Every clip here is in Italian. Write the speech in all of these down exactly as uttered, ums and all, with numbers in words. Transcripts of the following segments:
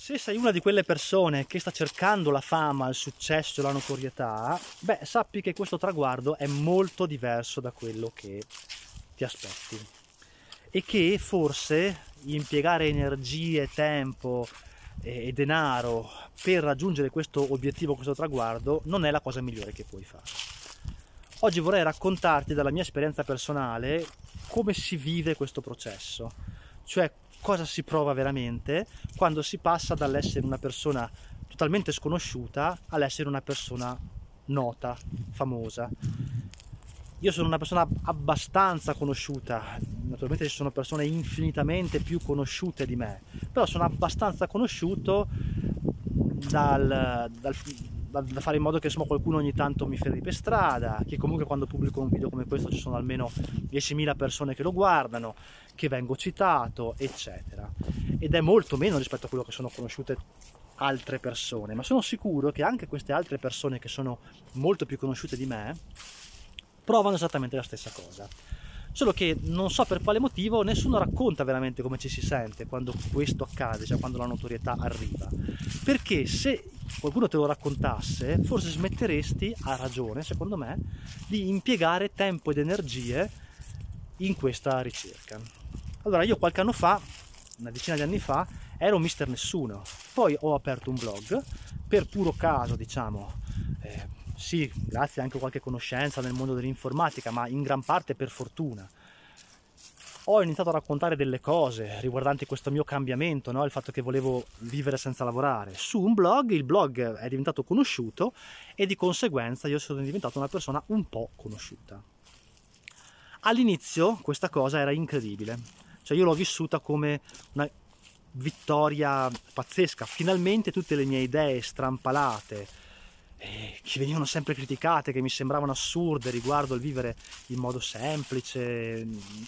Se sei una di quelle persone che sta cercando la fama, il successo e la notorietà, beh, sappi che questo traguardo è molto diverso da quello che ti aspetti e che forse impiegare energie, tempo e denaro per raggiungere questo obiettivo, questo traguardo, non è la cosa migliore che puoi fare. Oggi vorrei raccontarti dalla mia esperienza personale come si vive questo processo, cioè cosa si prova veramente quando si passa dall'essere una persona totalmente sconosciuta all'essere una persona nota, famosa. Io sono una persona abbastanza conosciuta, naturalmente ci sono persone infinitamente più conosciute di me, però sono abbastanza conosciuto dal, dal, da fare in modo che insomma, qualcuno ogni tanto mi fermi per strada, che comunque quando pubblico un video come questo ci sono almeno diecimila persone che lo guardano, che vengo citato, eccetera. Ed è molto meno rispetto a quello che sono conosciute altre persone, ma sono sicuro che anche queste altre persone che sono molto più conosciute di me provano esattamente la stessa cosa. Solo che non so per quale motivo nessuno racconta veramente come ci si sente quando questo accade, cioè quando la notorietà arriva. Perché se qualcuno te lo raccontasse, forse smetteresti, ha ragione secondo me, di impiegare tempo ed energie in questa ricerca. Allora io qualche anno fa, una decina di anni fa, ero mister Nessuno, poi ho aperto un blog, per puro caso diciamo, eh, sì, grazie anche a qualche conoscenza nel mondo dell'informatica, ma in gran parte per fortuna. Ho iniziato a raccontare delle cose riguardanti questo mio cambiamento, no? Il fatto che volevo vivere senza lavorare, su un blog. Il blog è diventato conosciuto e di conseguenza io sono diventato una persona un po' conosciuta. All'inizio questa cosa era incredibile, cioè io l'ho vissuta come una vittoria pazzesca. Finalmente tutte le mie idee strampalate, che venivano sempre criticate, che mi sembravano assurde riguardo il vivere in modo semplice,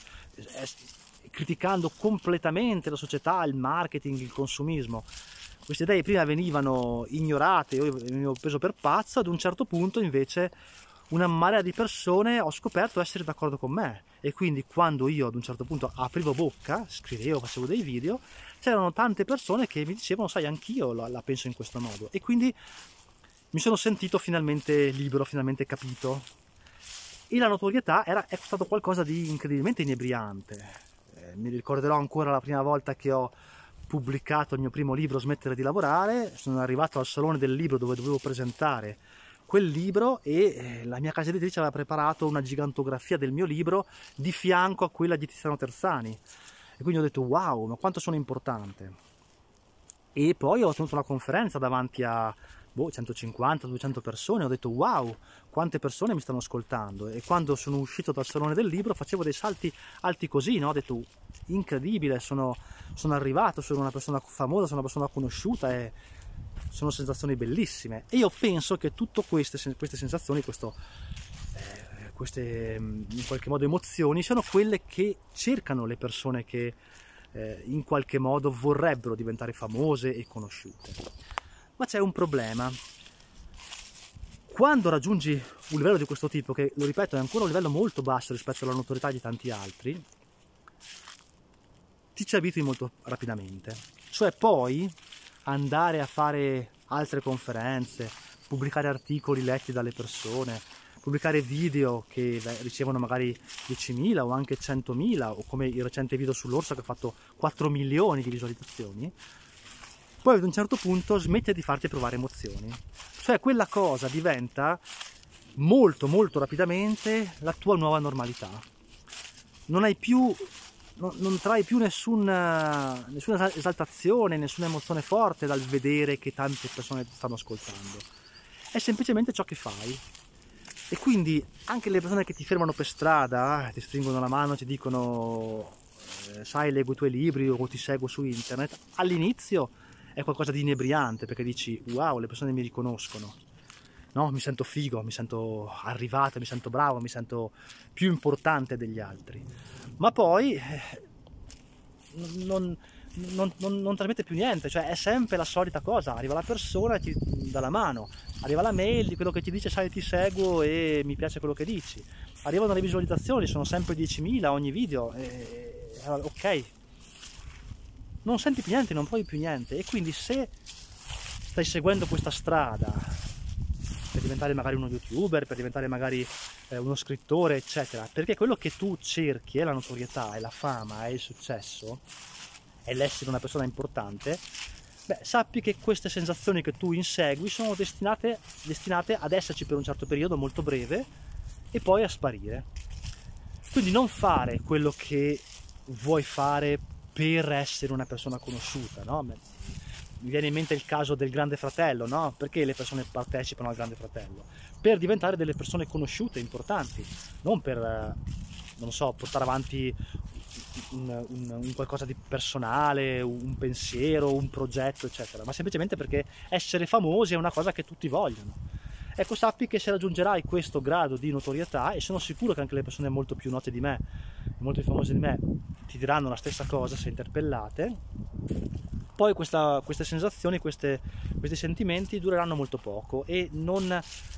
criticando completamente la società, il marketing, il consumismo. Queste idee prima venivano ignorate, io venivo preso per pazzo, ad un certo punto invece una marea di persone ho scoperto essere d'accordo con me, e quindi quando io ad un certo punto aprivo bocca, scrivevo, facevo dei video, c'erano tante persone che mi dicevano sai anch'io la, la penso in questo modo, e quindi mi sono sentito finalmente libero, finalmente capito. E la notorietà era, è stato qualcosa di incredibilmente inebriante. Eh, mi ricorderò ancora la prima volta che ho pubblicato il mio primo libro, Smettere di lavorare. Sono arrivato al salone del libro dove dovevo presentare quel libro e eh, la mia casa editrice aveva preparato una gigantografia del mio libro di fianco a quella di Tiziano Terzani. E quindi ho detto wow, ma quanto sono importante. E poi ho tenuto una conferenza davanti a boh, centocinquanta duecento persone, ho detto wow, quante persone mi stanno ascoltando, e quando sono uscito dal salone del libro facevo dei salti alti così, no? Ho detto incredibile, sono, sono arrivato, sono una persona famosa, sono una persona conosciuta, e sono sensazioni bellissime. E io penso che tutte queste, queste sensazioni, questo, eh, queste in qualche modo emozioni, siano quelle che cercano le persone che eh, in qualche modo vorrebbero diventare famose e conosciute. Ma c'è un problema: quando raggiungi un livello di questo tipo, che lo ripeto è ancora un livello molto basso rispetto alla notorietà di tanti altri, ti ci abitui molto rapidamente. Cioè poi andare a fare altre conferenze, pubblicare articoli letti dalle persone, pubblicare video che ricevono magari diecimila o anche centomila, o come il recente video sull'orso che ha fatto quattro milioni di visualizzazioni, poi ad un certo punto smette di farti provare emozioni. Cioè quella cosa diventa molto molto rapidamente la tua nuova normalità. Non hai più, non, non trai più nessuna, nessuna esaltazione, nessuna emozione forte dal vedere che tante persone ti stanno ascoltando. È semplicemente ciò che fai. E quindi anche le persone che ti fermano per strada, ti stringono la mano, ti dicono eh, sai, leggo i tuoi libri o ti seguo su internet, all'inizio è qualcosa di inebriante, perché dici wow, le persone mi riconoscono, no? Mi sento figo, mi sento arrivato, mi sento bravo, mi sento più importante degli altri. Ma poi eh, non, non, non, non trasmette più niente, cioè è sempre la solita cosa. Arriva la persona e ti dà la mano, arriva la mail di quello che ti dice sai ti seguo e mi piace quello che dici, arrivano le visualizzazioni, sono sempre diecimila ogni video, e, ok, non senti più niente, non provi più niente. E quindi se stai seguendo questa strada per diventare magari uno youtuber, per diventare magari eh, uno scrittore, eccetera, perché quello che tu cerchi è la notorietà, è la fama, è il successo, è l'essere una persona importante, beh, sappi che queste sensazioni che tu insegui sono destinate, destinate ad esserci per un certo periodo molto breve e poi a sparire. Quindi non fare quello che vuoi fare per essere una persona conosciuta, no? Mi viene in mente il caso del Grande Fratello, no? Perché le persone partecipano al Grande Fratello? Per diventare delle persone conosciute, importanti, non per, non so, portare avanti un, un, un qualcosa di personale, un pensiero, un progetto, eccetera, ma semplicemente perché essere famosi è una cosa che tutti vogliono. Ecco, sappi che se raggiungerai questo grado di notorietà, e sono sicuro che anche le persone molto più note di me, molto più famose di me, ti diranno la stessa cosa se interpellate, poi questa, queste sensazioni, queste, questi sentimenti dureranno molto poco e non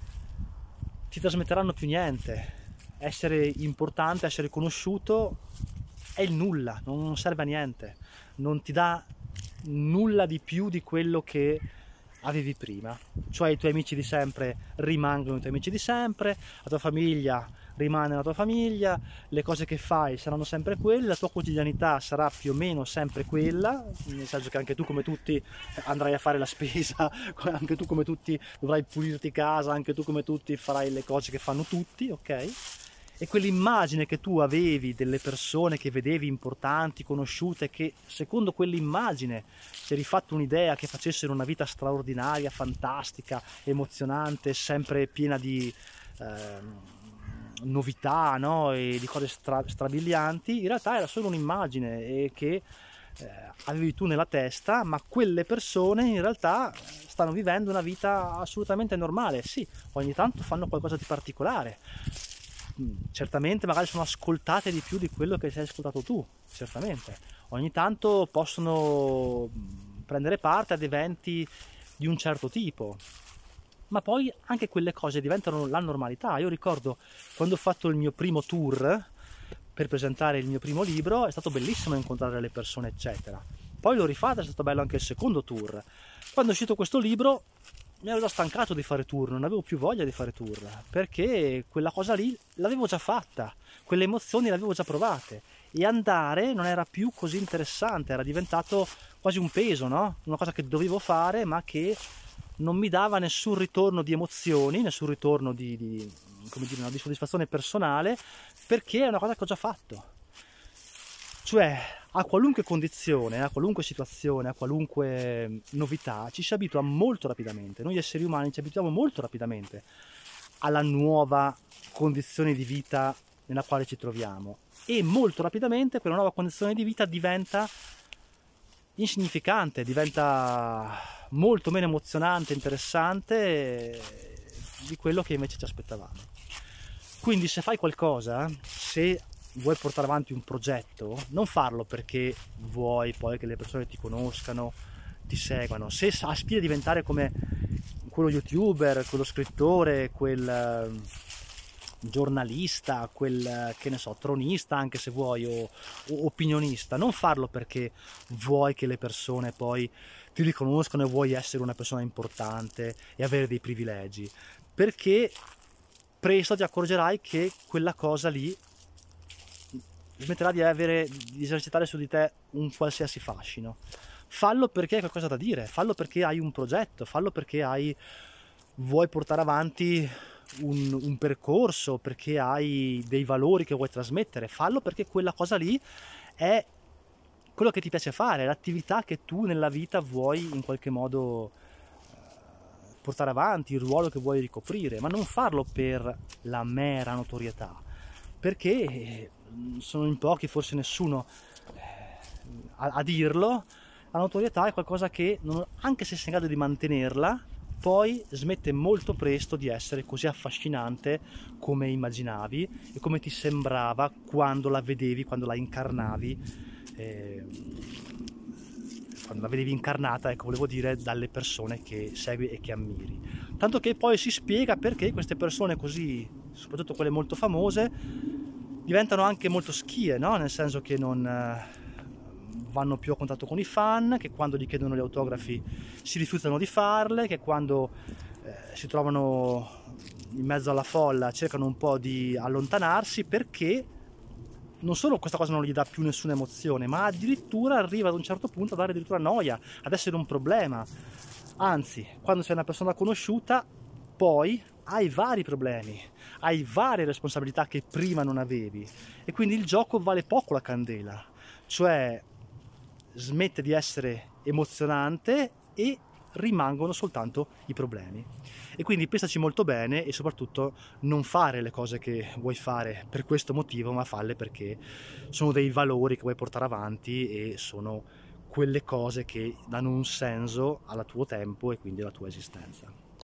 ti trasmetteranno più niente. Essere importante, essere conosciuto è il nulla, non serve a niente, non ti dà nulla di più di quello che avevi prima. Cioè i tuoi amici di sempre rimangono i tuoi amici di sempre, la tua famiglia rimane la tua famiglia, le cose che fai saranno sempre quelle, la tua quotidianità sarà più o meno sempre quella, nel senso che anche tu come tutti andrai a fare la spesa, anche tu come tutti dovrai pulirti casa, anche tu come tutti farai le cose che fanno tutti, ok? E quell'immagine che tu avevi delle persone che vedevi importanti, conosciute, che secondo quell'immagine ti eri fatto un'idea che facessero una vita straordinaria, fantastica, emozionante, sempre piena di eh, novità, no? E di cose stra strabilianti, in realtà era solo un'immagine che eh, avevi tu nella testa, ma quelle persone in realtà stanno vivendo una vita assolutamente normale. Sì, ogni tanto fanno qualcosa di particolare, certamente magari sono ascoltate di più di quello che sei ascoltato tu, certamente ogni tanto possono prendere parte ad eventi di un certo tipo, ma poi anche quelle cose diventano la normalità. Io ricordo quando ho fatto il mio primo tour per presentare il mio primo libro, è stato bellissimo incontrare le persone, eccetera. Poi l'ho rifatto, è stato bello anche il secondo tour. Quando è uscito questo libro mi ero già stancato di fare tour, non avevo più voglia di fare tour, perché quella cosa lì l'avevo già fatta, quelle emozioni le avevo già provate, e andare non era più così interessante, era diventato quasi un peso, no? Una cosa che dovevo fare ma che non mi dava nessun ritorno di emozioni, nessun ritorno di, di, come dire, di soddisfazione personale, perché è una cosa che ho già fatto. Cioè, a qualunque condizione, a qualunque situazione, a qualunque novità, ci si abitua molto rapidamente. Noi esseri umani ci abituiamo molto rapidamente alla nuova condizione di vita nella quale ci troviamo, e molto rapidamente quella nuova condizione di vita diventa insignificante, diventa molto meno emozionante, interessante di quello che invece ci aspettavamo. Quindi se fai qualcosa, se vuoi portare avanti un progetto, non farlo perché vuoi poi che le persone ti conoscano, ti seguano. Se aspiri a diventare come quello youtuber, quello scrittore, quel giornalista, quel, che ne so, tronista anche se vuoi, o, o opinionista, non farlo perché vuoi che le persone poi ti riconoscano e vuoi essere una persona importante e avere dei privilegi, perché presto ti accorgerai che quella cosa lì smetterà di avere, di esercitare su di te un qualsiasi fascino. Fallo perché hai qualcosa da dire, fallo perché hai un progetto, fallo perché hai, vuoi portare avanti un, un percorso, perché hai dei valori che vuoi trasmettere, fallo perché quella cosa lì è quello che ti piace fare, è l'attività che tu nella vita vuoi in qualche modo portare avanti, il ruolo che vuoi ricoprire, ma non farlo per la mera notorietà, perché sono in pochi, forse nessuno a, a dirlo, la notorietà è qualcosa che, non, anche se sei in grado di mantenerla, poi smette molto presto di essere così affascinante come immaginavi e come ti sembrava quando la vedevi, quando la incarnavi, eh, quando la vedevi incarnata, ecco, volevo dire, dalle persone che segui e che ammiri. Tanto che poi si spiega perché queste persone così, soprattutto quelle molto famose, diventano anche molto schie, no? Nel senso che non vanno più a contatto con i fan, che quando gli chiedono gli autografi si rifiutano di farle, che quando eh, si trovano in mezzo alla folla cercano un po' di allontanarsi, perché non solo questa cosa non gli dà più nessuna emozione, ma addirittura arriva ad un certo punto a dare addirittura noia, ad essere un problema. Anzi, quando sei una persona conosciuta, poi hai vari problemi, hai varie responsabilità che prima non avevi, e quindi il gioco vale poco la candela, cioè smette di essere emozionante e rimangono soltanto i problemi. E quindi pensaci molto bene e soprattutto non fare le cose che vuoi fare per questo motivo, ma farle perché sono dei valori che vuoi portare avanti e sono quelle cose che danno un senso al tuo tempo e quindi alla tua esistenza.